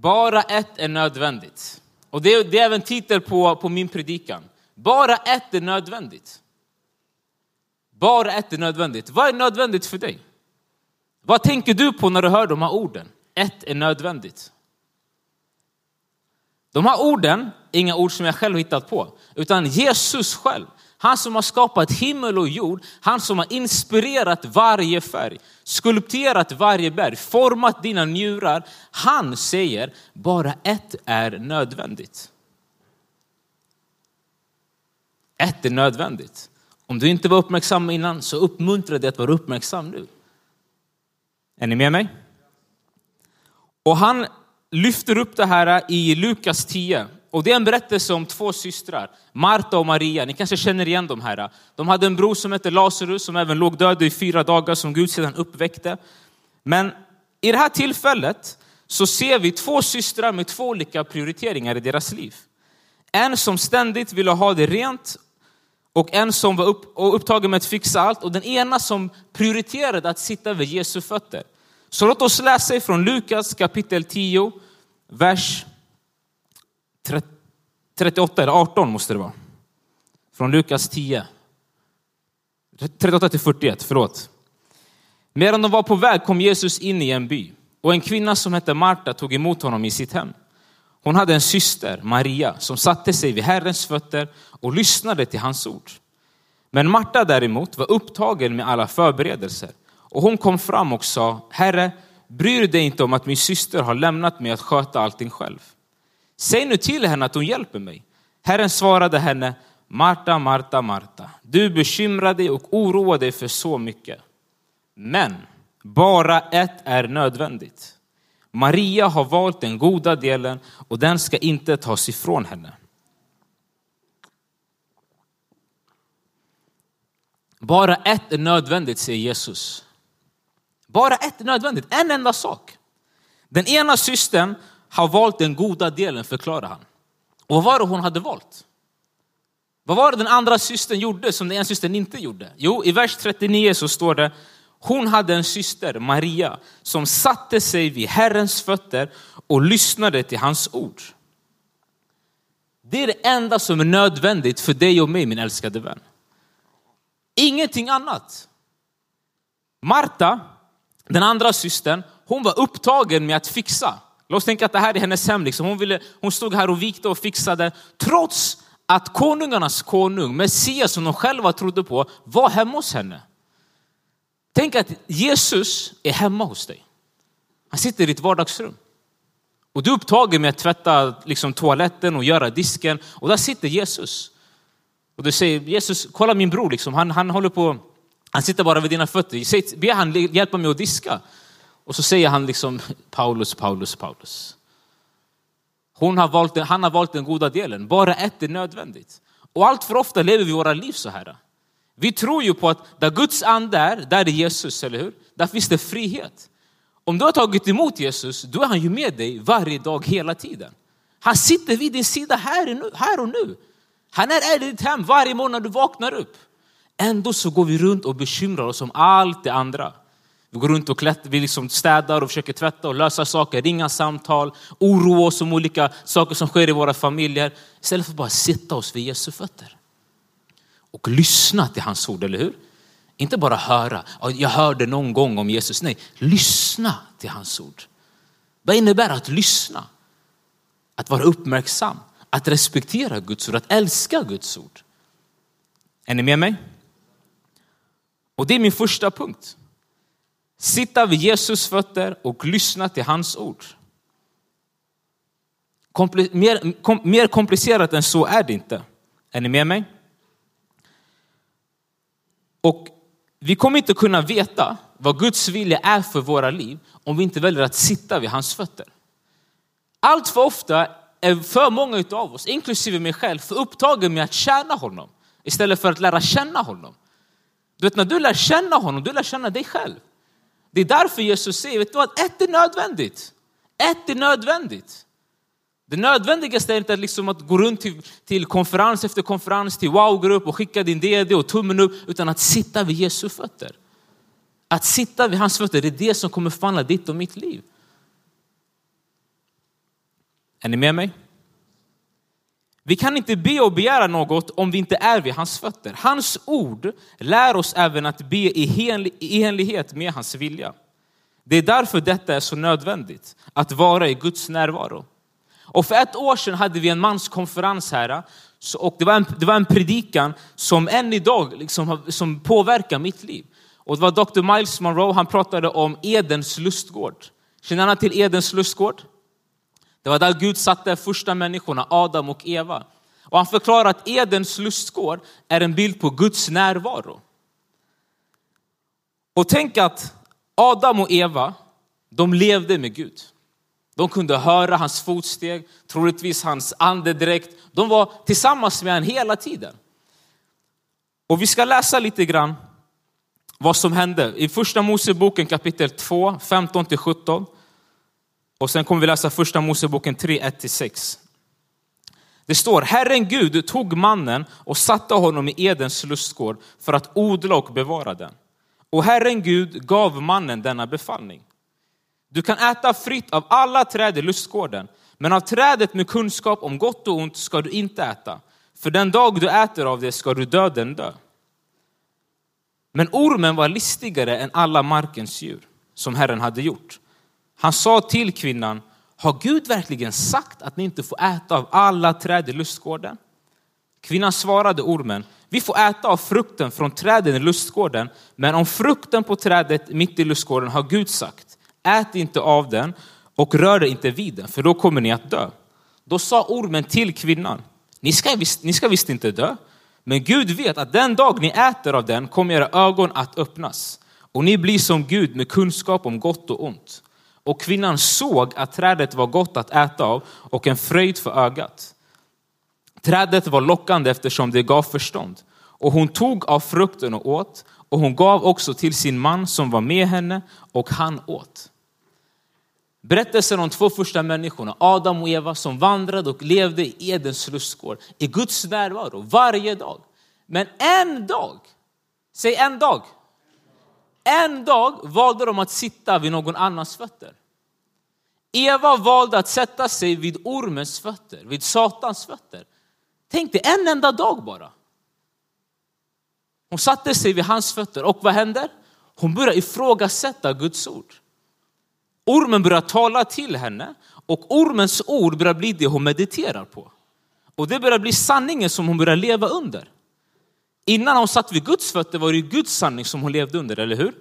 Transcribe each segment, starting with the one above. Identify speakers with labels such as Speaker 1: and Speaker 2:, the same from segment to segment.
Speaker 1: Bara ett är nödvändigt. Och det är även titel på min predikan. Bara ett är nödvändigt. Bara ett är nödvändigt. Vad är nödvändigt för dig? Vad tänker du på när du hör de här orden? Ett är nödvändigt. De här orden är inga ord som jag själv hittat på. Utan Jesus själv. Han som har skapat himmel och jord. Han som har inspirerat varje färg. Skulpterat varje berg. Format dina njurar. Han säger bara ett är nödvändigt. Ett är nödvändigt. Om du inte var uppmärksam innan så uppmuntrar det att vara uppmärksam nu. Är ni med mig? Och han lyfter upp det här i Lukas 10. Och det är en berättelse om två systrar, Marta och Maria. Ni kanske känner igen dem här. De hade en bror som hette Lazarus som även låg död i 4 dagar som Gud sedan uppväckte. Men i det här tillfället så ser vi två systrar med 2 olika prioriteringar i deras liv. En som ständigt ville ha det rent och en som var upptagen med att fixa allt. Och den ena som prioriterade att sitta vid Jesu fötter. Så låt oss läsa från Lukas kapitel 10, vers 38 eller 18 måste det vara. Från Lukas 10. 38 till 41, förlåt. Medan de var på väg kom Jesus in i en by. Och en kvinna som hette Marta tog emot honom i sitt hem. Hon hade en syster, Maria, som satte sig vid Herrens fötter och lyssnade till hans ord. Men Marta däremot var upptagen med alla förberedelser. Och hon kom fram och sa, Herre, bryr dig inte om att min syster har lämnat mig att sköta allting själv. Säg nu till henne att hon hjälper mig. Herren svarade henne, Marta, Marta, Marta, du bekymrar dig och oroar dig för så mycket. Men bara ett är nödvändigt. Maria har valt den goda delen och den ska inte tas ifrån henne. Bara ett är nödvändigt, säger Jesus. Bara ett är nödvändigt, en enda sak. Den ena systern har valt den goda delen, förklarar han. Och vad var det hon hade valt? Vad var det den andra systern gjorde som den ena systern inte gjorde? Jo, i vers 39 så står det, hon hade en syster, Maria, som satte sig vid Herrens fötter och lyssnade till hans ord. Det är det enda som är nödvändigt för dig och mig, min älskade vän. Ingenting annat. Marta, den andra systern, hon var upptagen med att fixa. Låt oss tänka att det här är hennes hem. Liksom. Hon stod här och vikte och fixade. Trots att konungarnas konung, Messias som de själva trodde på, var hemma hos henne. Tänk att Jesus är hemma hos dig. Han sitter i ditt vardagsrum. Och du är upptagen med att tvätta liksom, toaletten och göra disken. Och där sitter Jesus. Och du säger, Jesus, kolla min bror. Liksom. Han håller på, han sitter bara vid dina fötter. Be han hjälpa mig att diska. Och så säger han liksom, Paulus. Han har valt den goda delen. Bara ett är nödvändigt. Och allt för ofta lever vi våra liv så här. Vi tror ju på att där Guds ande är, där är Jesus, eller hur? Där finns det frihet. Om du har tagit emot Jesus, då är han ju med dig varje dag, hela tiden. Han sitter vid din sida här och nu. Han är i ditt hem varje morgon när du vaknar upp. Ändå så går vi runt och bekymrar oss om allt det andra. Vi går runt och vi liksom städar och försöker tvätta och lösa saker, ringa samtal, oroa oss om olika saker som sker i våra familjer. Istället för att bara sitta oss vid Jesu fötter. Och lyssna till hans ord, eller hur? Inte bara höra, jag hörde någon gång om Jesus. Nej, lyssna till hans ord. Vad innebär att lyssna? Att vara uppmärksam, att respektera Guds ord, att älska Guds ord. Är ni med mig? Och det är min första punkt. Sitta vid Jesus fötter och lyssna till hans ord. Mer komplicerat än så är det inte. Är ni med mig? Och vi kommer inte kunna veta vad Guds vilja är för våra liv om vi inte väljer att sitta vid hans fötter. Allt för ofta är för många av oss, inklusive mig själv, för upptagen med att tjäna honom istället för att lära känna honom. Du vet, när du lär känna honom, du lär känna dig själv. Det är därför Jesus säger, vet du vad, ett är nödvändigt. Ett är nödvändigt. Det nödvändigaste är inte liksom att gå runt till konferens efter konferens, till wow-grupp och skicka din DD och tummen upp, utan att sitta vid Jesu fötter. Att sitta vid hans fötter, det är det som kommer förvandla ditt och mitt liv. Är ni med mig? Vi kan inte be och begära något om vi inte är vid hans fötter. Hans ord lär oss även att be i enlighet med hans vilja. Det är därför detta är så nödvändigt, att vara i Guds närvaro. Och för 1 år sedan hade vi en manskonferens här. Och det var en predikan som än idag liksom, som påverkar mitt liv. Och det var Dr. Miles Monroe, han pratade om Edens lustgård. Känner ni till Edens lustgård? Det var där Gud satte första människorna, Adam och Eva. Och han förklarar att Edens lustgård är en bild på Guds närvaro. Och tänk att Adam och Eva, de levde med Gud. De kunde höra hans fotsteg, troligtvis hans andedräkt. De var tillsammans med honom hela tiden. Och vi ska läsa lite grann vad som hände i första Moseboken kapitel 2, 15-17. Och sen kommer vi läsa första Moseboken 3, 1-6. Det står: Herren Gud tog mannen och satte honom i Edens lustgård för att odla och bevara den. Och Herren Gud gav mannen denna befallning: du kan äta fritt av alla träd i lustgården, men av trädet med kunskap om gott och ont ska du inte äta. För den dag du äter av det ska du döden dö. Men ormen var listigare än alla markens djur som Herren hade gjort. Han sa till kvinnan: har Gud verkligen sagt att ni inte får äta av alla träd i lustgården? Kvinnan svarade ormen: vi får äta av frukten från träden i lustgården, men om frukten på trädet mitt i lustgården har Gud sagt: ät inte av den och rör det inte vid den, för då kommer ni att dö. Då sa ormen till kvinnan: ni ska visst inte dö, men Gud vet att den dag ni äter av den kommer era ögon att öppnas, och ni blir som Gud med kunskap om gott och ont. Och kvinnan såg att trädet var gott att äta av och en fröjd för ögat. Trädet var lockande eftersom det gav förstånd. Och hon tog av frukten och åt, och hon gav också till sin man som var med henne, och han åt. Berättelsen om 2 första människorna, Adam och Eva, som vandrade och levde i Edens lustgård, i Guds närvaro varje dag. Men en dag, säg en dag. En dag valde de att sitta vid någon annans fötter. Eva valde att sätta sig vid ormens fötter, vid Satans fötter. Tänk dig, en enda dag bara. Hon satte sig vid hans fötter, och vad händer? Hon började ifrågasätta Guds ord. Ormen börjar tala till henne, och ormens ord börjar bli det hon mediterar på. Och det börjar bli sanningen som hon börjar leva under. Innan hon satt vid Guds fötter var det Guds sanning som hon levde under, eller hur?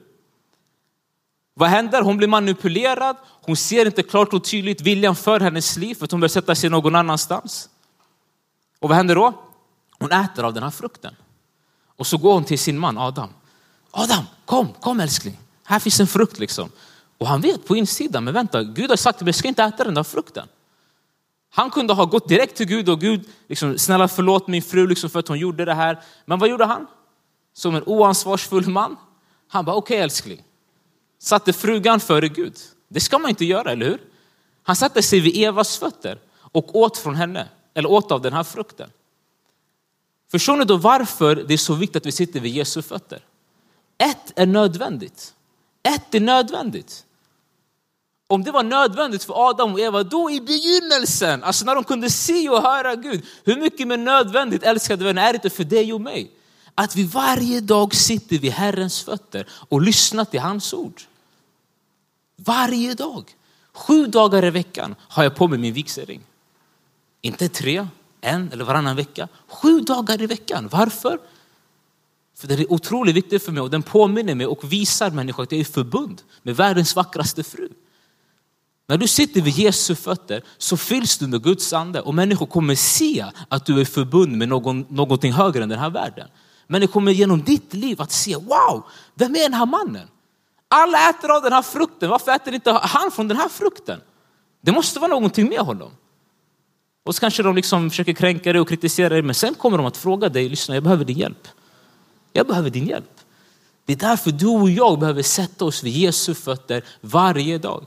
Speaker 1: Vad händer? Hon blir manipulerad. Hon ser inte klart och tydligt viljan för hennes liv, för att hon börjar sätta sig någon annanstans. Och vad händer då? Hon äter av den här frukten. Och så går hon till sin man Adam. Adam, kom älskling. Här finns en frukt liksom. Och han vet på insidan, men vänta, Gud har sagt att vi ska inte äta den där frukten. Han kunde ha gått direkt till Gud och Gud, liksom, snälla förlåt min fru liksom, för att hon gjorde det här. Men vad gjorde han? Som en oansvarsfull man. Han bara, okej, älskling. Satte frugan före Gud. Det ska man inte göra, eller hur? Han satte sig vid Evas fötter och åt från henne. Eller åt av den här frukten. Förstår ni då varför det är så viktigt att vi sitter vid Jesu fötter? Ett är nödvändigt. Ett är nödvändigt. Om det var nödvändigt för Adam och Eva då i begynnelsen, alltså när de kunde se och höra Gud, hur mycket mer nödvändigt, älskade vänner, är det för dig och mig? Att vi varje dag sitter vid Herrens fötter och lyssnar till hans ord. Varje dag. 7 dagar i veckan har jag på mig min vigselring. Inte 3, 1 eller varannan vecka. 7 dagar i veckan. Varför? För det är otroligt viktigt för mig och den påminner mig och visar människor att jag är i förbund med världens vackraste fru. När du sitter vid Jesu fötter så fylls du med Guds ande och människor kommer se att du är i förbund med någonting högre än den här världen. Människor kommer genom ditt liv att se, wow, vem är den här mannen? Alla äter av den här frukten. Varför äter inte han från den här frukten? Det måste vara någonting med honom. Och så kanske de liksom försöker kränka dig och kritisera dig. Men sen kommer de att fråga dig, lyssna, jag behöver din hjälp. Jag behöver din hjälp. Det är därför du och jag behöver sätta oss vid Jesu fötter varje dag.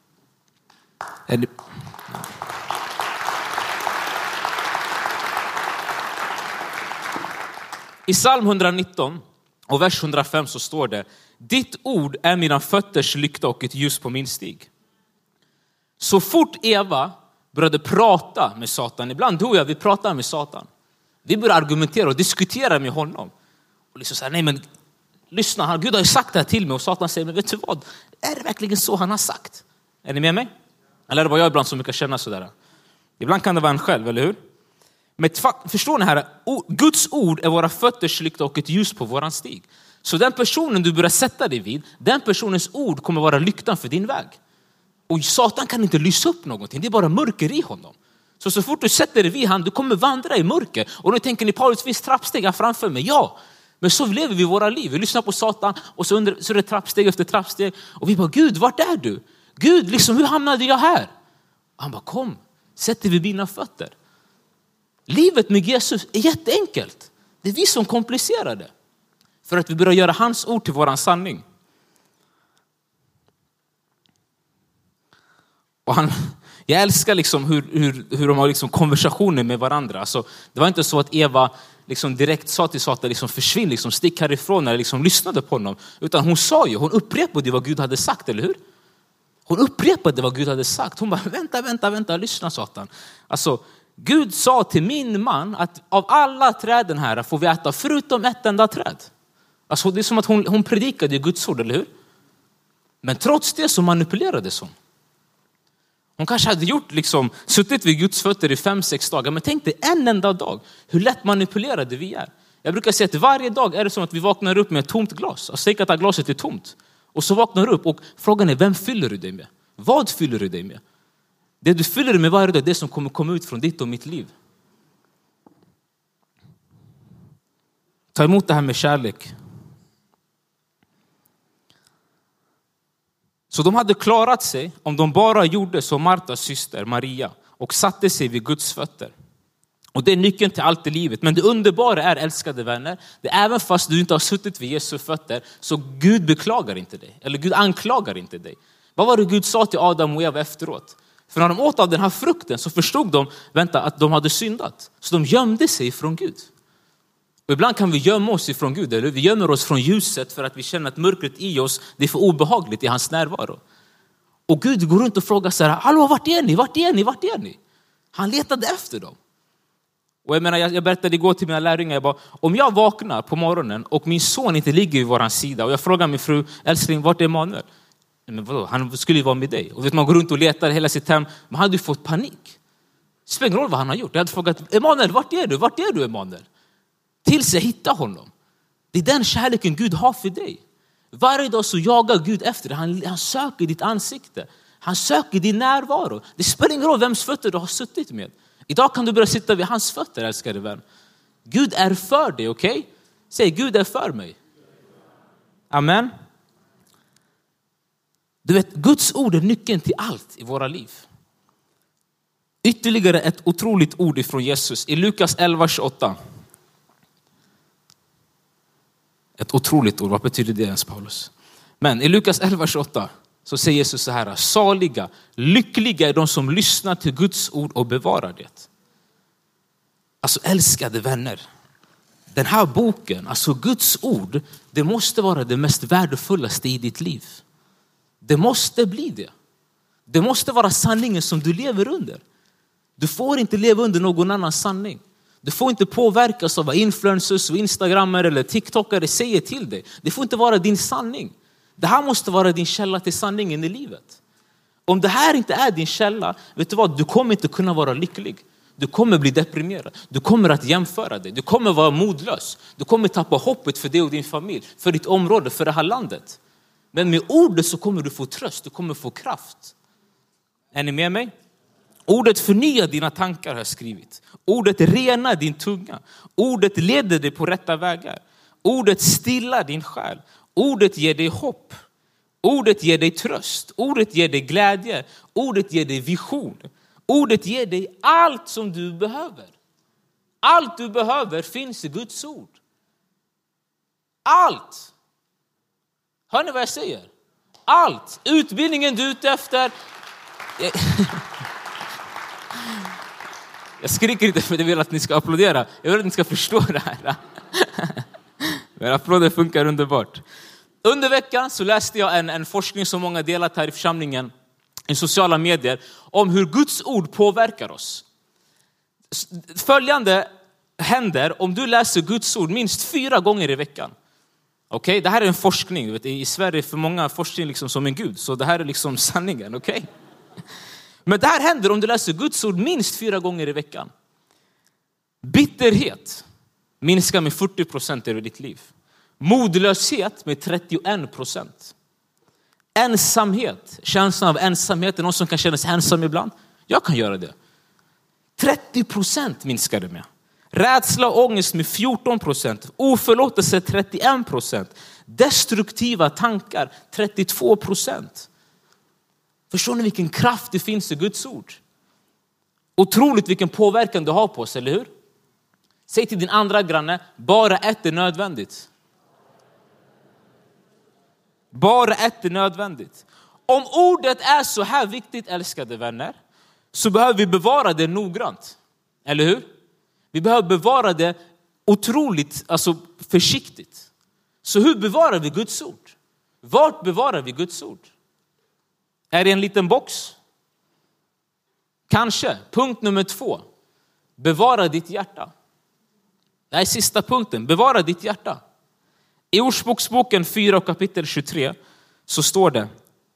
Speaker 1: I psalm 119 och vers 105 så står det: ditt ord är mina fötters lykta och ett ljus på min stig. Så fort Eva började prata med Satan. Ibland du och jag, vi pratar med Satan. Vi börjar argumentera och diskutera med honom. Och liksom så här, nej men lyssna, Gud har ju sagt det här till mig. Och Satan säger, men vet du vad? Är det verkligen så han har sagt? Är ni med mig? Eller är det bara jag ibland som brukar känna sådär? Ibland kan det vara en själv, eller hur? Men förstår ni här? Guds ord är våra fötters lykta och ett ljus på våran stig. Så den personen du börjar sätta dig vid, den personens ord kommer vara lyktan för din väg. Och Satan kan inte lysa upp någonting, det är bara mörker i honom. Så fort du sätter dig vid han, du kommer vandra i mörker. Och nu tänker ni, Paulus, finns trappsteg här framför mig? Ja, men så lever vi våra liv. Vi lyssnar på Satan och så är det trappsteg efter trappsteg. Och vi bara, Gud, vart är du? Gud, liksom, hur hamnade jag här? Och han bara, kom, sätt dig vid mina fötter. Livet med Jesus är jätteenkelt. Det är vi som komplicerar det. För att vi börjar göra hans ord till våran sanning. Och jag älskar liksom hur de har liksom konversationer med varandra. Alltså, det var inte så att Eva liksom direkt sa till Satan, liksom, försvinn, liksom, stick härifrån, eller liksom lyssnade på honom. Utan hon upprepade vad Gud hade sagt, eller hur? Hon upprepade vad Gud hade sagt. Hon bara, vänta, lyssna Satan. Alltså, Gud sa till min man att av alla träden här får vi äta förutom ett enda träd. Alltså, det är som att hon predikade Guds ord, eller hur? Men trots det så manipulerades hon. Hon kanske hade suttit vid Guds fötter i 5-6 dagar. Men tänk dig en enda dag hur lätt manipulerade vi är. Jag brukar säga att varje dag är det som att vi vaknar upp med ett tomt glas. Alltså tänk att glaset är tomt. Och så vaknar du upp och frågan är, vem fyller du dig med? Vad fyller du dig med? Det du fyller dig med varje dag, det som kommer komma ut från ditt och mitt liv. Ta emot det här med kärlek. Så de hade klarat sig om de bara gjorde som Martas syster Maria och satte sig vid Guds fötter. Och det är nyckeln till allt i livet. Men det underbara är, älskade vänner, det är även fast du inte har suttit vid Jesu fötter, så Gud beklagar inte dig. Eller Gud anklagar inte dig. Vad var det Gud sa till Adam och Eva efteråt? För när de åt av den här frukten så förstod de, att de hade syndat. Så de gömde sig från Gud. Och ibland kan vi gömma oss ifrån Gud, eller vi gömmer oss från ljuset för att vi känner att mörkret i oss, det är för obehagligt i hans närvaro. Och Gud går runt och frågar så här, hallå, vart är ni? Han letade efter dem. Och jag menar, jag berättade igår till mina lärjungar, jag bara, om jag vaknar på morgonen och min son inte ligger vid våran sida och jag frågar min fru, älskling, vart är Emanuel? Men vadå? Han skulle ju vara med dig. Och vet, man går runt och letar hela sitt hem, man hade ju fått panik. Det spelar ingen roll vad han har gjort. Jag hade frågat, Emanuel, vart är du Emanuel? Tills jag hittar honom. Det är den kärleken Gud har för dig. Varje dag så jagar Gud efter dig. Han söker ditt ansikte. Han söker din närvaro. Det spelar ingen roll vems fötter du har suttit med. Idag kan du börja sitta vid hans fötter, älskade vän. Gud är för dig, okej? Okay? Säg, Gud är för mig. Amen. Du vet, Guds ord är nyckeln till allt i våra liv. Ytterligare ett otroligt ord ifrån Jesus i Lukas 11:28. Ett otroligt ord, vad betyder det ens, Paulus? Men i Lukas 11:28 så säger Jesus så här, saliga, lyckliga är de som lyssnar till Guds ord och bevarar det. Alltså älskade vänner, den här boken, alltså Guds ord, det måste vara det mest värdefullaste i ditt liv. Det måste bli det. Det måste vara sanningen som du lever under. Du får inte leva under någon annan sanning. Du får inte påverkas av vad influencers och instagrammare eller tiktokare säger till dig. Det får inte vara din sanning. Det här måste vara din källa till sanningen i livet. Om det här inte är din källa, vet du vad? Du kommer inte kunna vara lycklig. Du kommer bli deprimerad. Du kommer att jämföra dig. Du kommer vara modlös. Du kommer tappa hoppet för dig och din familj, för ditt område, för det här landet. Men med ordet så kommer du få tröst. Du kommer få kraft. Är ni med mig? Ordet förnyar dina tankar har jag skrivit. Ordet renar din tunga. Ordet leder dig på rätta vägar. Ordet stillar din själ. Ordet ger dig hopp. Ordet ger dig tröst. Ordet ger dig glädje. Ordet ger dig vision. Ordet ger dig allt som du behöver. Allt du behöver finns i Guds ord. Allt. Hör ni vad jag säger? Allt. Utbildningen du är ute efter. Jag skriker inte för att jag vill att ni ska applådera. Jag vill att ni ska förstå det här. Men applåder funkar underbart. Under veckan så läste jag en forskning som många delat här i församlingen. i sociala medier om hur Guds ord påverkar oss. Följande händer om du läser Guds ord minst 4 gånger i veckan. Okej, det här är en forskning. Du vet, i Sverige är för många forskning liksom som en gud. Så det här är liksom sanningen, okej? Men det här händer om du läser Guds ord minst 4 gånger i veckan. Bitterhet minskar med 40% över ditt liv. Modlöshet med 31%. Ensamhet, känslan av ensamhet. Är någon som kan känna sig ensam ibland? Jag kan göra det. 30% minskar det med. Rädsla och ångest med 14%. Oförlåtelse 31%. Destruktiva tankar 32%. Förstår ni vilken kraft det finns i Guds ord? Otroligt vilken påverkan det har på oss, eller hur? Säg till din andra granne, bara ett är nödvändigt. Bara ett är nödvändigt. Om ordet är så här viktigt, älskade vänner, så behöver vi bevara det noggrant. Eller hur? Vi behöver bevara det otroligt, försiktigt. Så hur bevarar vi Guds ord? Vart bevarar vi Guds ord? Är det en liten box? Kanske. Punkt nummer 2. Bevara ditt hjärta. Det här är sista punkten. Bevara ditt hjärta. I Ordspråksboken 4 och kapitel 23 så står det: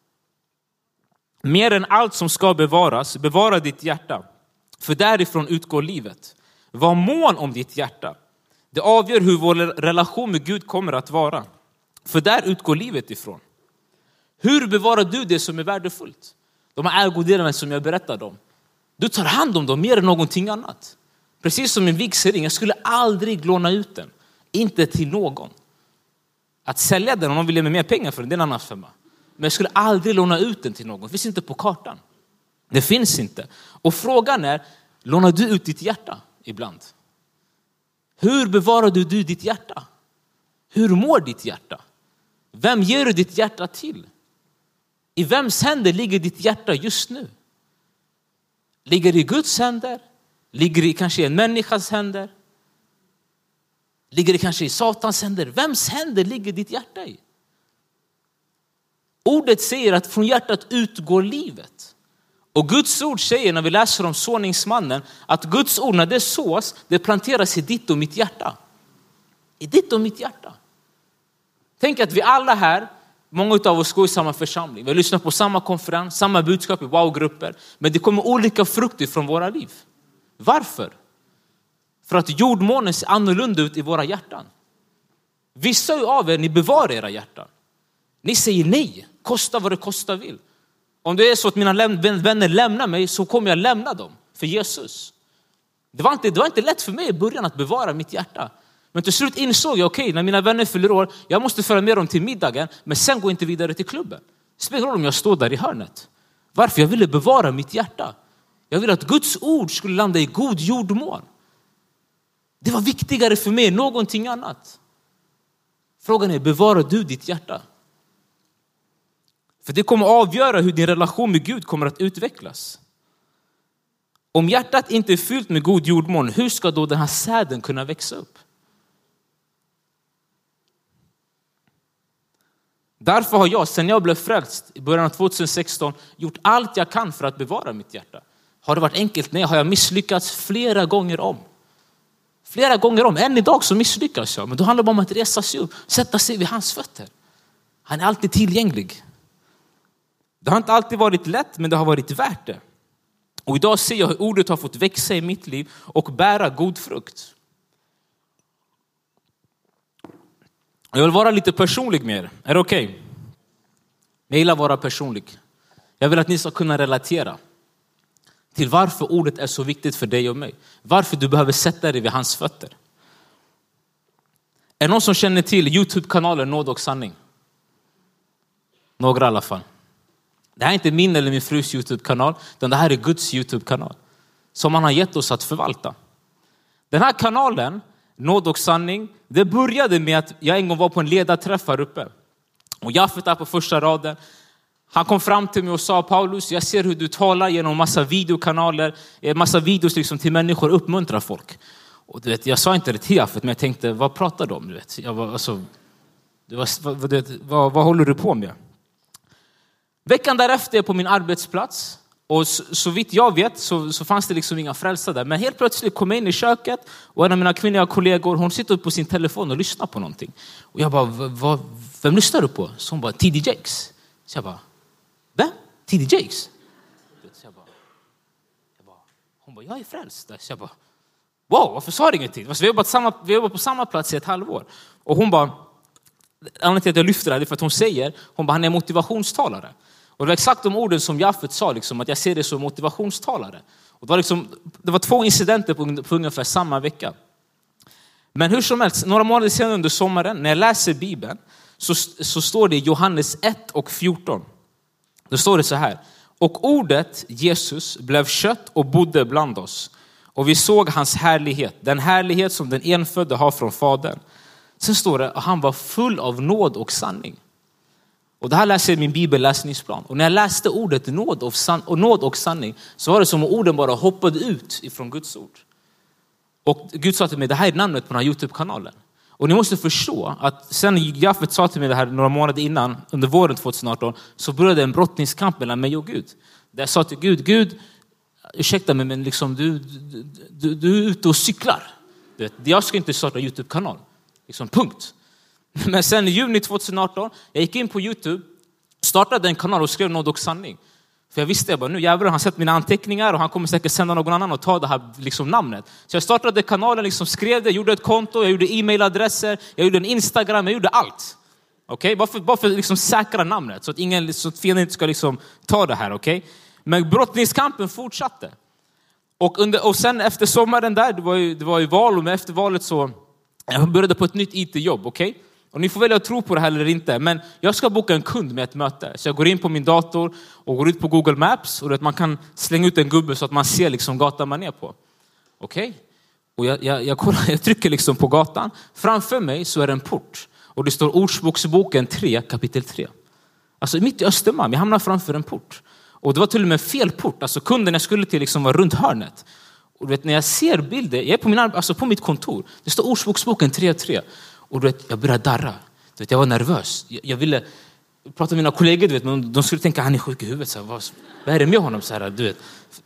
Speaker 1: mer än allt som ska bevaras, bevara ditt hjärta. För därifrån utgår livet. Var mån om ditt hjärta. Det avgör hur vår relation med Gud kommer att vara. För där utgår livet ifrån. Hur bevarar du det som är värdefullt? De här ägodelarna som jag berättade om. Du tar hand om dem mer än någonting annat. Precis som en vigselring. Jag skulle aldrig låna ut den. Inte till någon. Att sälja den om någon vill ge mig mer pengar för den, det är en annan femma. Men jag skulle aldrig låna ut den till någon. Det finns inte på kartan. Det finns inte. Och frågan är, lånar du ut ditt hjärta ibland? Hur bevarar du ditt hjärta? Hur mår ditt hjärta? Vem ger du ditt hjärta till? I vems händer ligger ditt hjärta just nu? Ligger det i Guds händer? Ligger det kanske i en människas händer? Ligger det kanske i Satans händer? Vems händer ligger ditt hjärta i? Ordet säger att från hjärtat utgår livet. Och Guds ord säger när vi läser om såningsmannen att Guds ord när det sås, det planteras i ditt och mitt hjärta. I ditt och mitt hjärta. Tänk att vi alla här, många av oss går i samma församling. Vi lyssnar på samma konferens, samma budskap i wow-grupper. Men det kommer olika frukter från våra liv. Varför? För att jordmånen ser annorlunda ut i våra hjärtan. Vissa av er, ni bevarar era hjärtan. Ni säger nej, kosta vad det kosta vill. Om det är så att mina vänner lämnar mig så kommer jag lämna dem för Jesus. Det var inte lätt för mig i början att bevara mitt hjärta. Men till slut insåg jag, okej, när mina vänner fyller år, jag måste föra med dem till middagen, men sen gå inte vidare till klubben. Det spelar roll om jag står där i hörnet. Varför? Jag ville bevara mitt hjärta. Jag ville att Guds ord skulle landa i god jordmån. Det var viktigare för mig än någonting annat. Frågan är, bevarar du ditt hjärta? För det kommer avgöra hur din relation med Gud kommer att utvecklas. Om hjärtat inte är fyllt med god jordmån, hur ska då den här säden kunna växa upp? Därför har jag, sedan jag blev frälst i början av 2016, gjort allt jag kan för att bevara mitt hjärta. Har det varit enkelt? Nej, har jag misslyckats flera gånger om. Flera gånger om. Än idag så misslyckas jag. Men då handlar det om att resa sig upp, sätta sig vid hans fötter. Han är alltid tillgänglig. Det har inte alltid varit lätt, men det har varit värt det. Och idag ser jag hur ordet har fått växa i mitt liv och bära god frukt. Jag vill vara lite personlig med er. Är det okej? Jag gillar att vara personlig. Jag vill att ni ska kunna relatera till varför ordet är så viktigt för dig och mig. Varför du behöver sätta dig vid hans fötter. Är någon som känner till YouTube-kanalen Nåd och sanning? Några i alla fall. Det här är inte min eller min frus YouTube-kanal, utan det här är Guds YouTube-kanal som han har gett oss att förvalta. Den här kanalen, Nåd och sanning, det började med att jag en gång var på en ledarträff här uppe. Och Jaffet är på första raden. Han kom fram till mig och sa, Paulus, jag ser hur du talar genom massa videokanaler, massa videos liksom till människor, uppmuntrar folk. Och du vet, jag sa inte det till Jaffet, men jag tänkte, vad pratar du om? Du vet? Jag var, vad håller du på med? Veckan därefter på min arbetsplats. Och så vitt jag vet så fanns det liksom inga frälsa där. Men helt plötsligt kom jag in i köket och en av mina kvinnliga kollegor, hon sitter på sin telefon och lyssnar på någonting. Och jag bara, vem lyssnar du på? Så hon bara, TD Jakes. Så jag bara, vem? TD Jakes? Så jag bara, hon bara, jag är frälst. Så jag bara, wow, varför sa du ingenting? Vi har jobbat på samma plats i ett halvår. Och hon bara, anledningen till att jag lyfter det här är för att hon bara, han är motivationstalare. Och det var exakt de orden som Jaffet sa, liksom, att jag ser det som motivationstalare. Och det var 2 incidenter på ungefär samma vecka. Men hur som helst, några månader senare under sommaren, när jag läser Bibeln, så står det i Johannes 1 och 14. Då står det så här. Och ordet Jesus blev kött och bodde bland oss. Och vi såg hans härlighet, den härlighet som den enfödde har från Fadern. Sen står det att han var full av nåd och sanning. Och det här läser jag i min bibelläsningsplan. Och när jag läste ordet nåd och sanning så var det som om orden bara hoppade ut ifrån Guds ord. Och Gud sa till mig, det här är namnet på den här YouTube-kanalen. Och ni måste förstå att sen Jaffet sa till mig det här några månader innan, under våren 2018, så började en brottningskamp mellan mig och Gud. Där jag sa till Gud, ursäkta mig, men liksom, du är ute och cyklar. Jag ska inte starta YouTube-kanal. Liksom, punkt. Men sen i juni 2018, jag gick in på YouTube, startade en kanal och skrev nåd och sanning. För jag visste bara, nu jävlar, han sett mina anteckningar och han kommer säkert sända någon annan och ta det här liksom, namnet. Så jag startade kanalen, liksom, skrev det, gjorde ett konto, jag gjorde e-mailadresser, jag gjorde en Instagram, jag gjorde allt. Okay? Bara för att liksom, säkra namnet, så att fienden inte ska liksom, ta det här. Okay? Men brottningskampen fortsatte. Och sen efter sommaren där, det var ju val, och efter valet så jag började på ett nytt IT-jobb, okej? Okay? Och ni får välja att tro på det här eller inte. Men jag ska boka en kund med ett möte. Så jag går in på min dator och går ut på Google Maps. Och man kan slänga ut en gubbe så att man ser liksom gatan man är på. Okej? Okay? Och jag trycker liksom på gatan. Framför mig så är det en port. Och det står Ordspråksboken 3, kapitel 3. Alltså mitt i Östermalm, jag hamnar framför en port. Och det var till och med fel port. Alltså kunden jag skulle till liksom var runt hörnet. Och du vet, när jag ser bilder, jag är på mitt kontor. Det står Ordspråksboken 3:3. Och du vet, jag började darra. Du vet, jag var nervös. Jag ville prata med mina kollegor, du vet, men de skulle tänka han är sjuk i huvudet. Så här, vad är det med honom? Så här, du vet.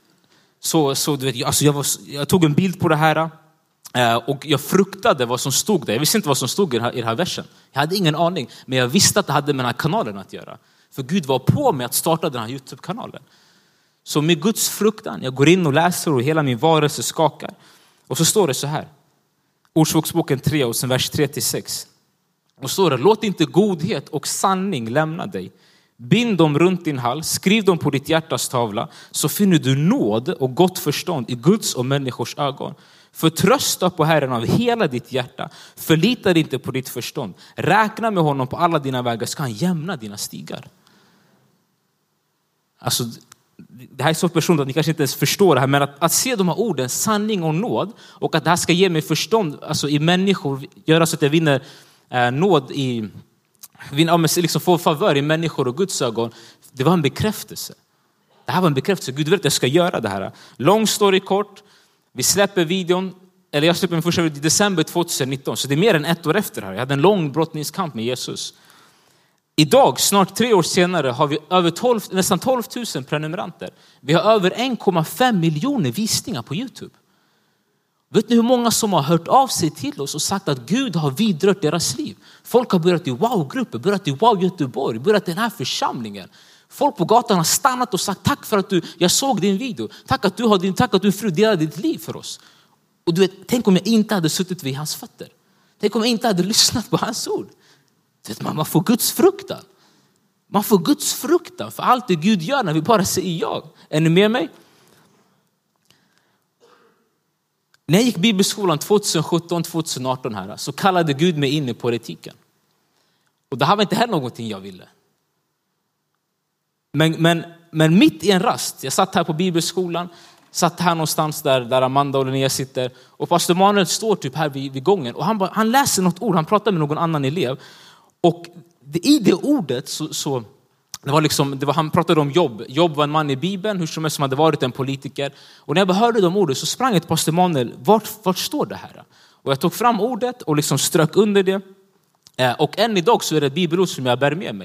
Speaker 1: Så du vet, alltså jag tog en bild på det här. Och jag fruktade vad som stod där. Jag visste inte vad som stod i den här versen. Jag hade ingen aning. Men jag visste att det hade med den här kanalen att göra. För Gud var på mig att starta den här YouTube-kanalen. Så med Guds fruktan, jag går in och läser och hela min varelse skakar. Och så står det så här. Ordspråksboken 3 och sen vers 3-6. Och står det, låt inte godhet och sanning lämna dig. Bind dem runt din hals, skriv dem på ditt hjärtas tavla. Så finner du nåd och gott förstånd i Guds och människors ögon. Förtrösta på Herren av hela ditt hjärta. Förlita dig inte på ditt förstånd. Räkna med honom på alla dina vägar, ska han jämna dina stigar. Alltså, det här är så personligt att ni kanske inte ens förstår det här. Men att se de här orden, sanning och nåd. Och att det här ska ge mig förstånd alltså i människor. Göra så att jag vinner nåd liksom få favör i människor och Guds ögon. Det var en bekräftelse. Det här var en bekräftelse. Gud vet att jag ska göra det här. Lång story kort. Vi släpper videon. Eller jag släpper min första video i december 2019. Så det är mer än 1 år efter det här. Jag hade en lång brottningskamp med Jesus. Idag, snart 3 år senare, har vi nästan 12 000 prenumeranter. Vi har över 1,5 miljoner visningar på YouTube. Vet ni hur många som har hört av sig till oss och sagt att Gud har vidrört deras liv? Folk har börjat i wow-grupper, börjat i wow Göteborg, börjat i den här församlingen. Folk på gatan har stannat och sagt tack för att jag såg din video. Tack att du fru delade ditt liv för oss. Och du vet, tänk om jag inte hade suttit vid hans fötter. Tänk om jag inte hade lyssnat på hans ord. Man får Guds fruktan. Man får Guds fruktan för allt det Gud gör när vi bara säger ja. Är ni med mig? När jag gick bibelskolan 2017-2018 här så kallade Gud mig in i politiken. Och det här var inte heller någonting jag ville. Men mitt i en rast, jag satt här på bibelskolan, satt här någonstans där Amanda och Linnea sitter. Och pastor Manuel står typ här vid gången. Och han läser något ord, han pratar med någon annan elev. Och i det ordet så han pratade om jobb. Jobb var en man i Bibeln, hur som helst som hade varit en politiker. Och när jag hörde de orden så sprang jag till pastor Manuel, vart står det här? Och jag tog fram ordet och liksom strök under det. Och än idag så är det ett bibelord som jag bär med mig.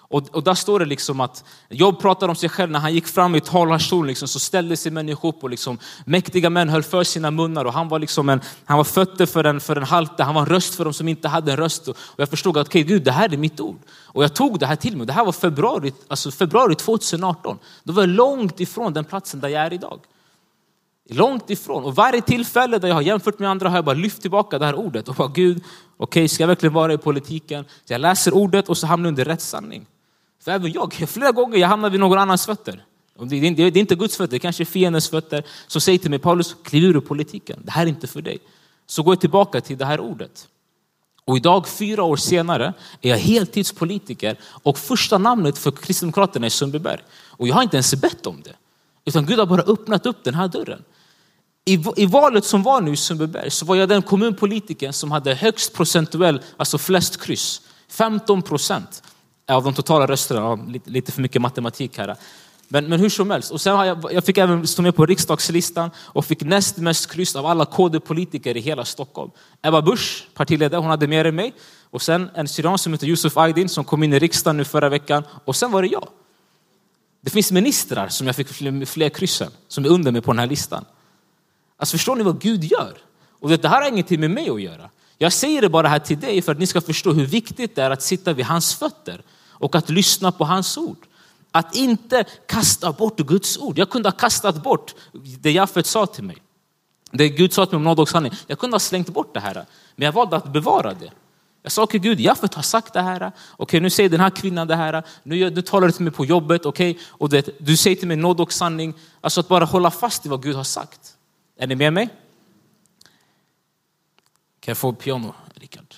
Speaker 1: Och där står det liksom att Job pratar om sig själv när han gick fram i talarstolen liksom, så ställde sig människor upp och liksom, mäktiga män höll för sina munnar och han var liksom han var fötter för en halte, han var en röst för dem som inte hade en röst och jag förstod att okej, Gud, det här är mitt ord. Och jag tog det här till mig. Det här var februari 2018. Då var jag långt ifrån den platsen där jag är idag. Långt ifrån. Och varje tillfälle där jag har jämfört med andra har jag bara lyft tillbaka det här ordet och bara Gud, okej, ska jag verkligen vara i politiken? Så jag läser ordet och så hamnar under rätt sanning. För även flera gånger jag hamnar vid någon annans fötter. Och det är inte Guds fötter, det kanske är fiendens fötter som säger till mig, Paulus, kliv ur politiken. Det här är inte för dig. Så går jag tillbaka till det här ordet. Och idag 4 år senare är jag heltidspolitiker och första namnet för Kristdemokraterna är Sundbyberg. Och jag har inte ens bett om det. Utan Gud har bara öppnat upp den här dörren. I valet som var nu i Sundbyberg så var jag den kommunpolitiken som hade högst procentuell, alltså flest kryss. 15% av de totala rösterna. Lite för mycket matematik här. Men hur som helst. Och sen jag fick även stå med på riksdagslistan och fick näst mest kryss av alla KD-politiker i hela Stockholm. Ebba Busch, partiledare, hon hade mer än mig. Och sen en syrian som heter Yusuf Aydin som kom in i riksdagen nu förra veckan. Och sen var det jag. Det finns ministrar som jag fick fler kryssen som är under mig på den här listan. Alltså förstår ni vad Gud gör? Och det här har ingenting med mig att göra. Jag säger det bara här till dig för att ni ska förstå hur viktigt det är att sitta vid hans fötter och att lyssna på hans ord. Att inte kasta bort Guds ord. Jag kunde ha kastat bort det Jaffet sa till mig. Det Gud sa till mig om nåddagshandling. Jag kunde ha slängt bort det här. Men jag valde att bevara det. Jag sa, okej Gud, Jaffet har sagt det här. Okej, nu säger den här kvinnan det här. Nu talar du till mig på jobbet. Okej, och du säger till mig nåd och sanning. Alltså att bara hålla fast i vad Gud har sagt. Är ni med mig? Kan jag få piano, Rickard?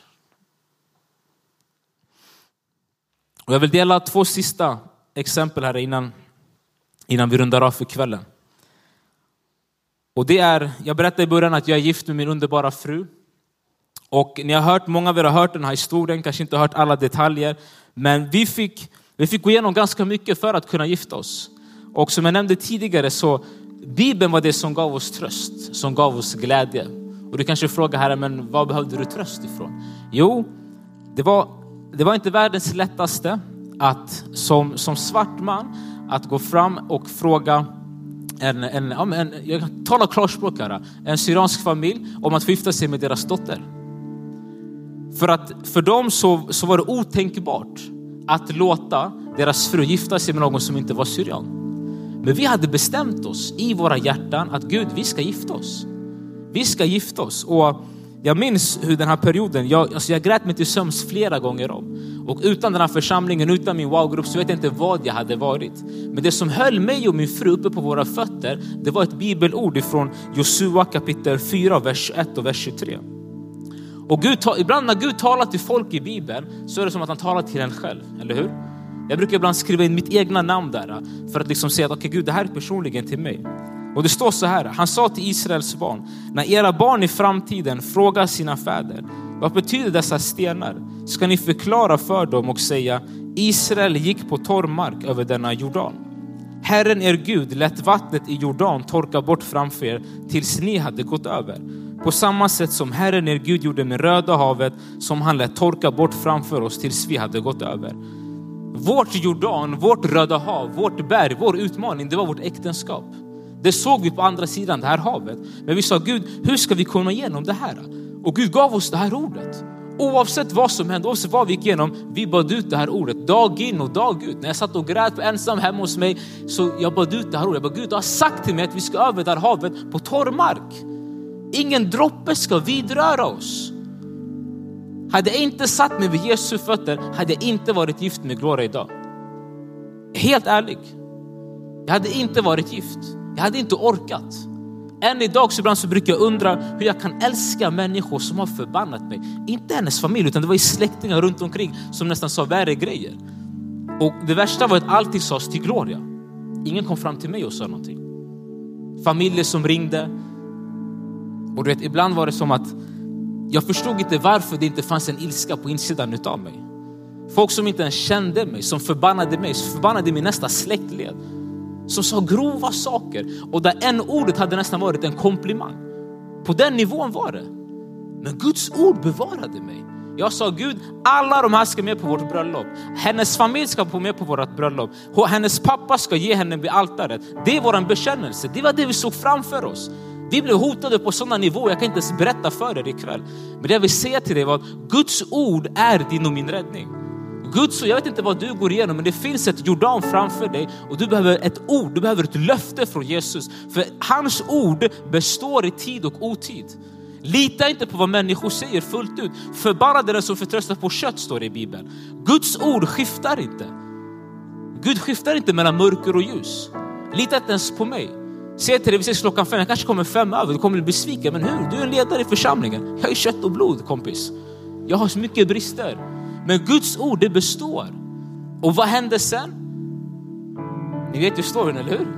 Speaker 1: Och jag vill dela 2 sista exempel här innan vi rundar av för kvällen. Och det är, jag berättade i början att jag är gift med min underbara fru. Och ni har hört, många av er har hört den här historien, kanske inte hört alla detaljer. Men vi fick gå igenom ganska mycket för att kunna gifta oss. Och som jag nämnde tidigare så Bibeln var det som gav oss tröst, som gav oss glädje. Och du kanske frågar här, men vad behövde du tröst ifrån? Jo, det var inte världens lättaste att som svart man att gå fram och fråga jag talar klarspråk här, en syriansk familj om att gifta sig med deras dotter. För dem så var det otänkbart att låta deras fru gifta sig med någon som inte var syrian. Men vi hade bestämt oss i våra hjärtan att Gud, vi ska gifta oss. Vi ska gifta oss. Och jag minns hur den här perioden, jag grät mig till sömns flera gånger om. Och utan den här församlingen, utan min wow-grupp så vet jag inte vad jag hade varit. Men det som höll mig och min fru uppe på våra fötter, det var ett bibelord ifrån Josua kapitel 4, vers 21 och vers 23. Och ibland när Gud talar till folk i Bibeln så är det som att han talar till en själv, eller hur? Jag brukar ibland skriva in mitt egna namn där för att liksom säga att okej, Gud, det här är personligen till mig. Och det står så här, han sa till Israels barn, när era barn i framtiden frågar sina fäder, vad betyder dessa stenar? Ska ni förklara för dem och säga, Israel gick på torr mark över denna Jordan. Herren er Gud lät vattnet i Jordan torka bort framför er tills ni hade gått över. På samma sätt som Herren er Gud gjorde med Röda havet, som han lät torka bort framför oss tills vi hade gått över. Vårt Jordan, vårt Röda hav, vårt berg, vår utmaning, det var vårt äktenskap. Det såg vi på andra sidan det här havet. Men vi sa, Gud, hur ska vi komma igenom det här? Och Gud gav oss det här ordet. Oavsett vad som hände, oavsett vad vi gick igenom, vi bad ut det här ordet dag in och dag ut. När jag satt och grät ensam hemma hos mig så jag bad ut det här ordet. Jag bad, Gud, du har sagt till mig att vi ska över det här havet på torr mark. Ingen droppe ska vidröra oss. Hade jag inte satt mig vid Jesu fötter hade jag inte varit gift med Gloria idag. Helt ärlig. Jag hade inte varit gift. Jag hade inte orkat. Än idag så ibland så brukar jag undra hur jag kan älska människor som har förbannat mig. Inte hennes familj utan det var i släktingar runt omkring som nästan sa värre grejer. Och det värsta var att alltid sades till Gloria. Ingen kom fram till mig och sa någonting. Familjer som ringde. Och du vet, ibland var det som att jag förstod inte varför det inte fanns en ilska på insidan utav mig. Folk som inte ens kände mig, som förbannade min nästa släktled. Som sa grova saker. Och där en ordet hade nästan varit en komplimang. På den nivån var det. Men Guds ord bevarade mig. Jag sa, Gud, alla de här ska med på vårt bröllop. Hennes familj ska få med på vårt bröllop. Hennes pappa ska ge henne vid altaret. Det är vår bekännelse. Det var det vi såg framför oss. Vi blev hotade på sådana nivåer. Jag kan inte ens berätta för er ikväll. Men det jag vill säga till dig var att Guds ord är din och min räddning. Guds ord, jag vet inte vad du går igenom, men det finns ett Jordan framför dig. Och du behöver ett ord, du behöver ett löfte från Jesus. För hans ord består i tid och otid. Lita inte på vad människor säger fullt ut. Förbannade den som förtröstar på kött, står det i Bibeln. Guds ord skiftar inte. Gud skiftar inte mellan mörker och ljus. Lita inte ens på mig. Säg till dig, vi ses klockan 5, jag kanske kommer 5 över, du kommer bli besviken. Men hur? Du är en ledare i församlingen. Jag är kött och blod, kompis. Jag har så mycket brister. Men Guds ord, det består. Och vad hände sen? Ni vet ju storyn, eller hur?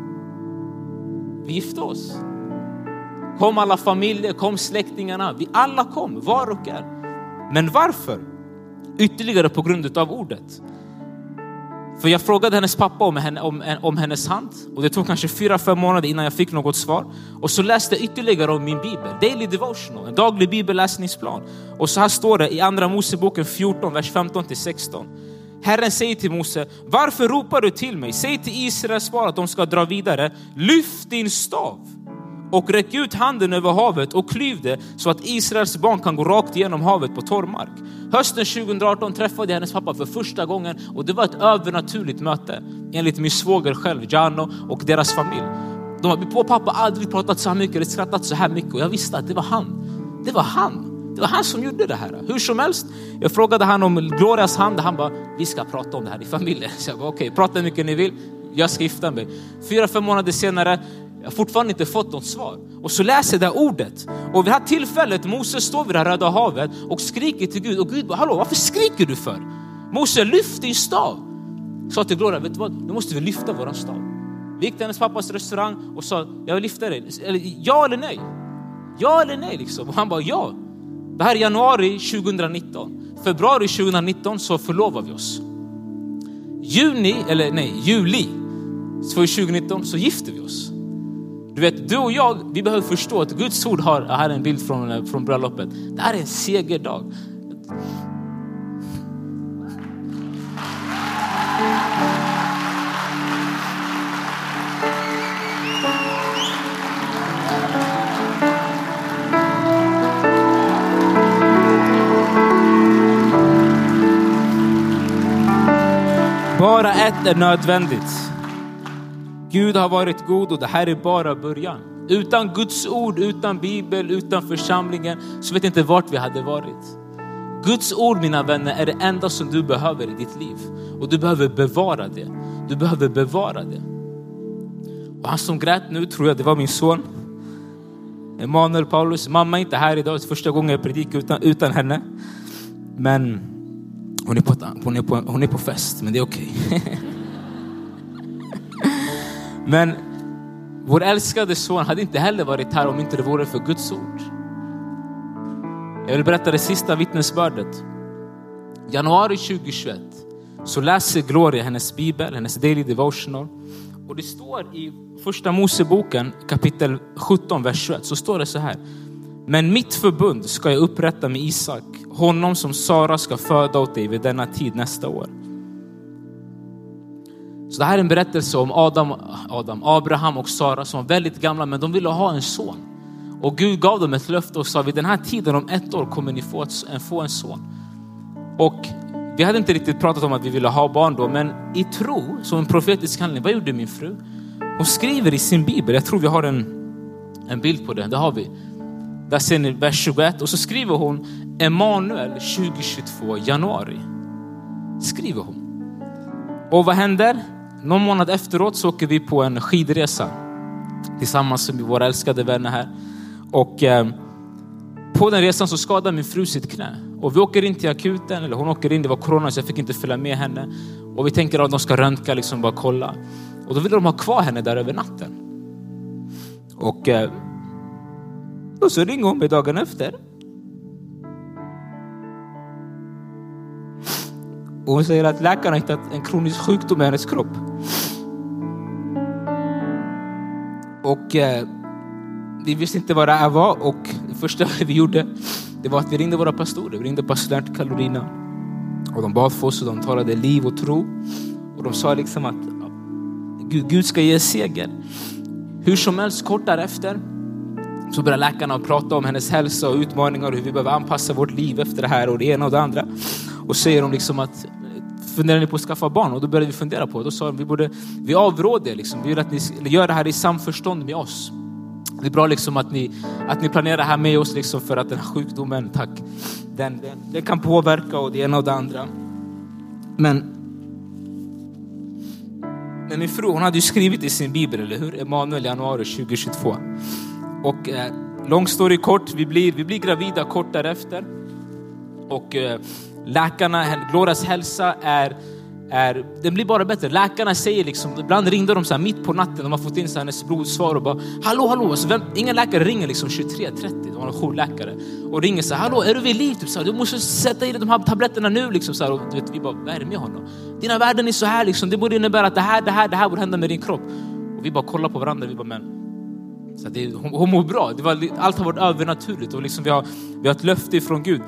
Speaker 1: Vi gifte oss. Kom alla familjer, kom släktingarna. Vi alla kom, var och en. Men varför? Ytterligare på grund av ordet. För jag frågade hennes pappa om hennes hand. Och det tog kanske 4-5 månader innan jag fick något svar. Och så läste jag ytterligare om min bibel. Daily devotional, en daglig bibelläsningsplan. Och så här står det i andra Moseboken 14, vers 15-16. Herren säger till Mose, varför ropar du till mig? Säg till Israels barn att de ska dra vidare. Lyft din stav och räck ut handen över havet och klyv det så att Israels barn kan gå rakt igenom havet på torr mark. Hösten 2018 träffade jag hennes pappa för första gången och det var ett övernaturligt möte. Enligt min svåger själv, Jano, och deras familj. De har på pappa aldrig pratat så här mycket eller skrattat så här mycket och jag visste att det var han. Det var han som gjorde det här. Hur som helst, jag frågade han om Glorias hand och han bara, vi ska prata om det här i familjen. Så jag bara, okej, prata hur mycket ni vill. Jag ska gifta mig. 4-5 månader senare, jag har fortfarande inte fått något svar. Och så läser jag det här ordet. Och vid det här tillfället, Moses står vid det här Röda havet och skriker till Gud. Och Gud bara, hallå, varför skriker du för? Moses, lyft din stav. Sa till Gloria, vet du vad? Nu måste vi lyfta våran stav. Vi gick till hennes pappas restaurang och sa, jag vill lyfta dig. Ja eller nej? Ja eller nej liksom. Och han bara, ja. Det här är januari 2019. Februari 2019 så förlovar vi oss. Juli 2019 så gifter vi oss. Du vet, du och jag, vi behöver förstå att Guds ord har, här är en bild från bröllopet. Det här är en segerdag. Bara ett är nödvändigt. Gud har varit god och det här är bara början. Utan Guds ord, utan Bibel, utan församlingen så vet jag inte vart vi hade varit. Guds ord, mina vänner, är det enda som du behöver i ditt liv. Och du behöver bevara det. Du behöver bevara det. Och han som grät nu tror jag det var min son. Emanuel Paulus. Mamma är inte här idag. Det är första gången jag predikar utan henne. Men hon är på fest, men det är okej. Men vår älskade son hade inte heller varit här om inte det vore för Guds ord. Jag vill berätta det sista vittnesbördet. Januari 2021 så läser Gloria hennes bibel, hennes daily devotional. Och det står i första Moseboken kapitel 17 vers 21 så står det så här. Men mitt förbund ska jag upprätta med Isak, honom som Sara ska föda åt dig vid denna tid nästa år. Så det här är en berättelse om Abraham och Sara som var väldigt gamla, men de ville ha en son. Och Gud gav dem ett löfte och sa vid den här tiden om 1 år kommer ni få en son. Och vi hade inte riktigt pratat om att vi ville ha barn då, men i tro, som en profetisk handling, vad gjorde min fru? Hon skriver i sin bibel, jag tror vi har en bild på det har vi. Där ser ni vers 21 och så skriver hon Emanuel 2022 januari. Skriver hon. Och vad händer? Någon månad efteråt så åker vi på en skidresa tillsammans med våra älskade vänner här. Och på den resan så skadar min fru sitt knä. Och vi åker in till akuten, eller hon åker in, det var corona så jag fick inte följa med henne. Och vi tänker att de ska röntga, liksom bara kolla. Och då vill de ha kvar henne där över natten. Och så ringer hon mig dagen efter. Och hon säger att läkarna har hittat en kronisk sjukdom i hennes kropp. Och vi visste inte vad det här var. Och det första vi gjorde det var att vi ringde våra pastorer. Vi ringde pastor Carolina. Och de bad för oss och de talade liv och tro. Och de sa liksom att Gud ska ge seger. Hur som helst, kort därefter så började läkarna prata om hennes hälsa och utmaningar och hur vi behöver anpassa vårt liv efter det här och det ena och det andra. Och säger de liksom att funderar ni på att skaffa barn? Och då började vi fundera på det. Då sa de vi avråder liksom. Vi vill att ni gör det här i samförstånd med oss. Det är bra liksom att ni planerar det här med oss liksom, för att den här sjukdomen, den kan påverka och det ena och det andra. Men min fru, hon hade ju skrivit i sin bibel, eller hur? Emanuel, januari 2022. Och lång story kort, vi blir gravida kort därefter. Och läkarna, Glorias hälsa den blir bara bättre. Läkarna säger liksom, ibland ringde de så här mitt på natten, de har fått in så hennes blodsvar och bara hallå. Så ingen läkare ringer liksom 23:30, de har en jourläkare och ringer så här, hallå, är du vid liv? Typ så här, du måste sätta i de här tabletterna nu liksom så här, och du vet, vi bara, vad är det med honom? Dina värden är så här liksom, det borde innebära att det här borde hända med din kropp. Och vi bara kollar på varandra, vi bara, men så hon mår bra. Allt har varit övernaturligt och liksom vi har ett löfte ifrån Gud.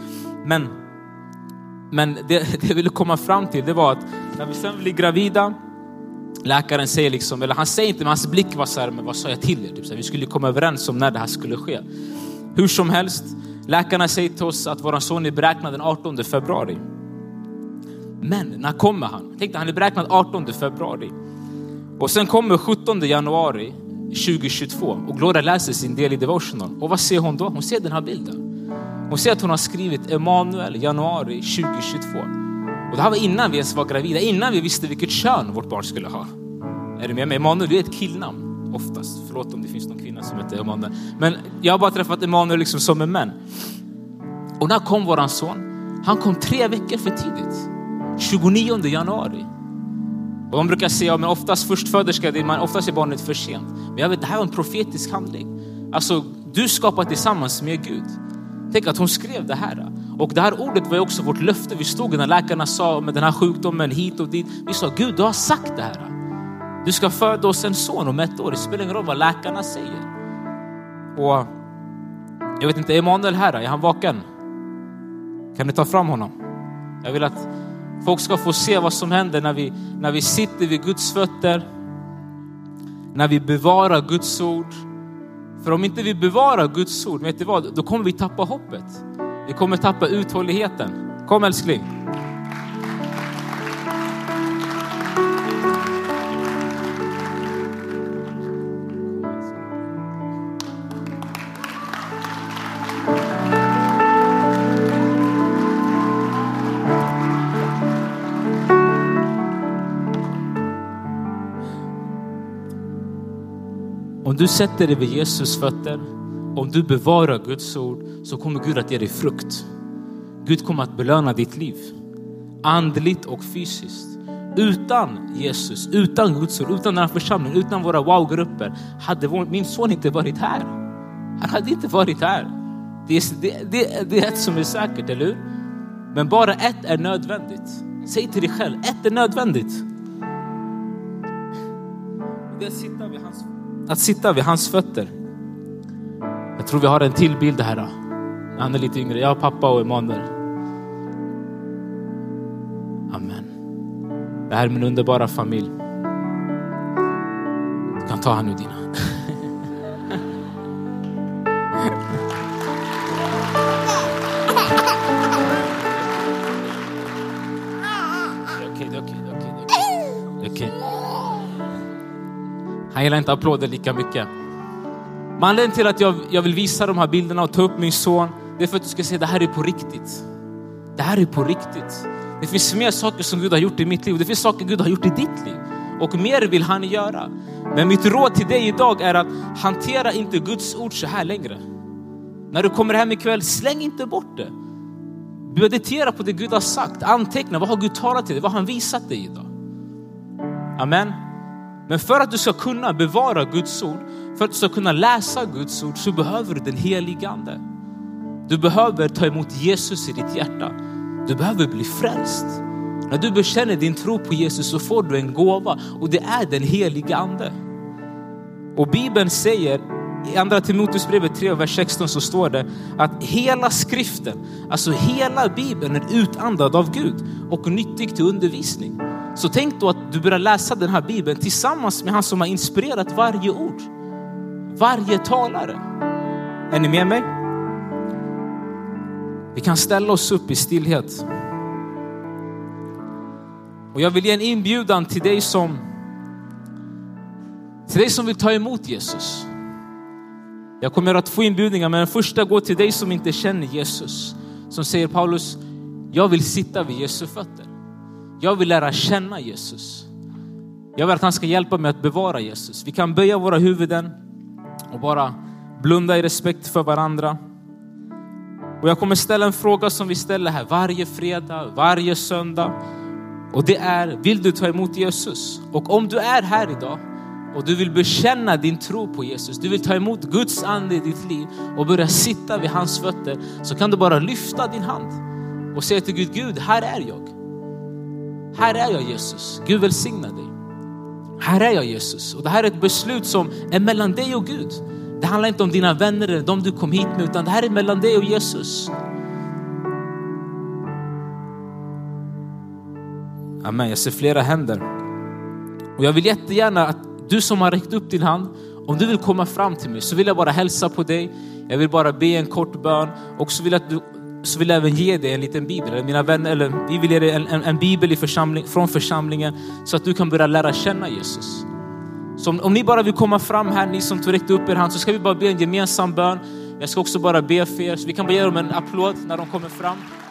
Speaker 1: Men det jag ville komma fram till, det var att när vi sen blir gravida, läkaren säger liksom, eller han säger inte, men hans blick var så här, men vad sa jag till er? Typ så här, vi skulle komma överens om när det här skulle ske. Hur som helst, läkarna säger till oss att våran son är beräknad den 18 februari. Men när kommer han? Jag tänkte han är beräknad 18 februari. Och sen kommer 17 januari 2022 och Gloria läser sin del i devotional. Och vad ser hon då? Hon ser den här bilden. Hon ser att hon har skrivit Emanuel, januari 2022. Och det här var innan vi ens var gravida. Innan vi visste vilket kön vårt barn skulle ha. Är du med mig? Emanuel, det är ett killnamn oftast. Förlåt om det finns någon kvinna som heter Emanuel. Men jag har bara träffat Emanuel liksom som en män. Och när kom våran son? Han kom 3 veckor för tidigt. 29 januari. Och de brukar säga, men oftast förstföderska, oftast är barnet för sent. Men jag vet, det här var en profetisk handling. Alltså, du skapar tillsammans med Gud. Tänk att hon skrev det här. Och det här ordet var ju också vårt löfte. Vi stod när läkarna sa med den här sjukdomen hit och dit. Vi sa, Gud, du har sagt det här. Du ska föda oss en son om 1 år. Det spelar ingen roll vad läkarna säger. Och jag vet inte, Emanuel här, är han vaken? Kan ni ta fram honom? Jag vill att folk ska få se vad som händer när vi sitter vid Guds fötter. När vi bevarar Guds ord. För om inte vi bevarar Guds ord, vet du vad? Då kommer vi tappa hoppet. Vi kommer tappa uthålligheten. Kom älskling. Om du sätter dig vid Jesus fötter, om du bevarar Guds ord, så kommer Gud att ge dig frukt. Gud kommer att belöna ditt liv. Andligt och fysiskt. Utan Jesus, utan Guds ord, utan den här församlingen, utan våra wow-grupper, hade min son inte varit här. Han hade inte varit här. Det är ett som är säkert, eller hur? Men bara ett är nödvändigt. Säg till dig själv, ett är nödvändigt. Det att sitta vid hans fötter. Jag tror vi har en till bild här. Han är lite yngre. Jag har pappa och Emanuel. Amen. Det här är min underbara familj. Du kan ta han ur dina. Okej. Han gillar inte applåder lika mycket. Men anledningen till att jag vill visa de här bilderna och ta upp min son, det är för att du ska se att det här är på riktigt. Det här är på riktigt. Det finns mer saker som Gud har gjort i mitt liv. Det finns saker Gud har gjort i ditt liv. Och mer vill han göra. Men mitt råd till dig idag är att hantera inte Guds ord så här längre. När du kommer hem ikväll, släng inte bort det. Meditera på det Gud har sagt. Anteckna, vad har Gud talat till dig? Vad har han visat dig idag? Amen. Men för att du ska kunna bevara Guds ord, för att du ska kunna läsa Guds ord, så behöver du den helige ande. Du behöver ta emot Jesus i ditt hjärta. Du behöver bli frälst. När du bekänner din tro på Jesus så får du en gåva, och det är den helige ande. Och Bibeln säger i andra Timoteusbrevet 3 vers 16 så står det att hela skriften, alltså hela Bibeln är utandad av Gud och nyttig till undervisning. Så tänk då att du börjar läsa den här Bibeln tillsammans med han som har inspirerat varje ord, varje talare. Är ni med mig? Vi kan ställa oss upp i stillhet. Och jag vill ge en inbjudan till dig som vill ta emot Jesus. Jag kommer att få inbjudningar, men den första går till dig som inte känner Jesus. Som säger Paulus, jag vill sitta vid Jesu fötter. Jag vill lära känna Jesus. Jag vill att han ska hjälpa mig att bevara Jesus. Vi kan böja våra huvuden och bara blunda i respekt för varandra. Och jag kommer ställa en fråga som vi ställer här varje fredag, varje söndag. Och det är, vill du ta emot Jesus? Och om du är här idag och du vill bekänna din tro på Jesus, du vill ta emot Guds ande i ditt liv och börja sitta vid hans fötter, så kan du bara lyfta din hand och säga till Gud, Gud, här är jag. Här är jag Jesus. Gud välsigna dig. Här är jag Jesus. Och det här är ett beslut som är mellan dig och Gud. Det handlar inte om dina vänner eller de du kom hit med, utan det här är mellan dig och Jesus. Amen, jag ser flera händer. Och jag vill jättegärna att du som har räckt upp din hand, om du vill komma fram till mig, så vill jag bara hälsa på dig. Jag vill bara be en kort bön. Och så vill jag även ge dig en liten bibel. Eller mina vänner, eller vi vill ge dig en bibel från församlingen, så att du kan börja lära känna Jesus. Så om ni bara vill komma fram här, ni som räckt upp er hand, så ska vi bara be en gemensam bön. Jag ska också bara be för er, så vi kan bara ge dem en applåd när de kommer fram.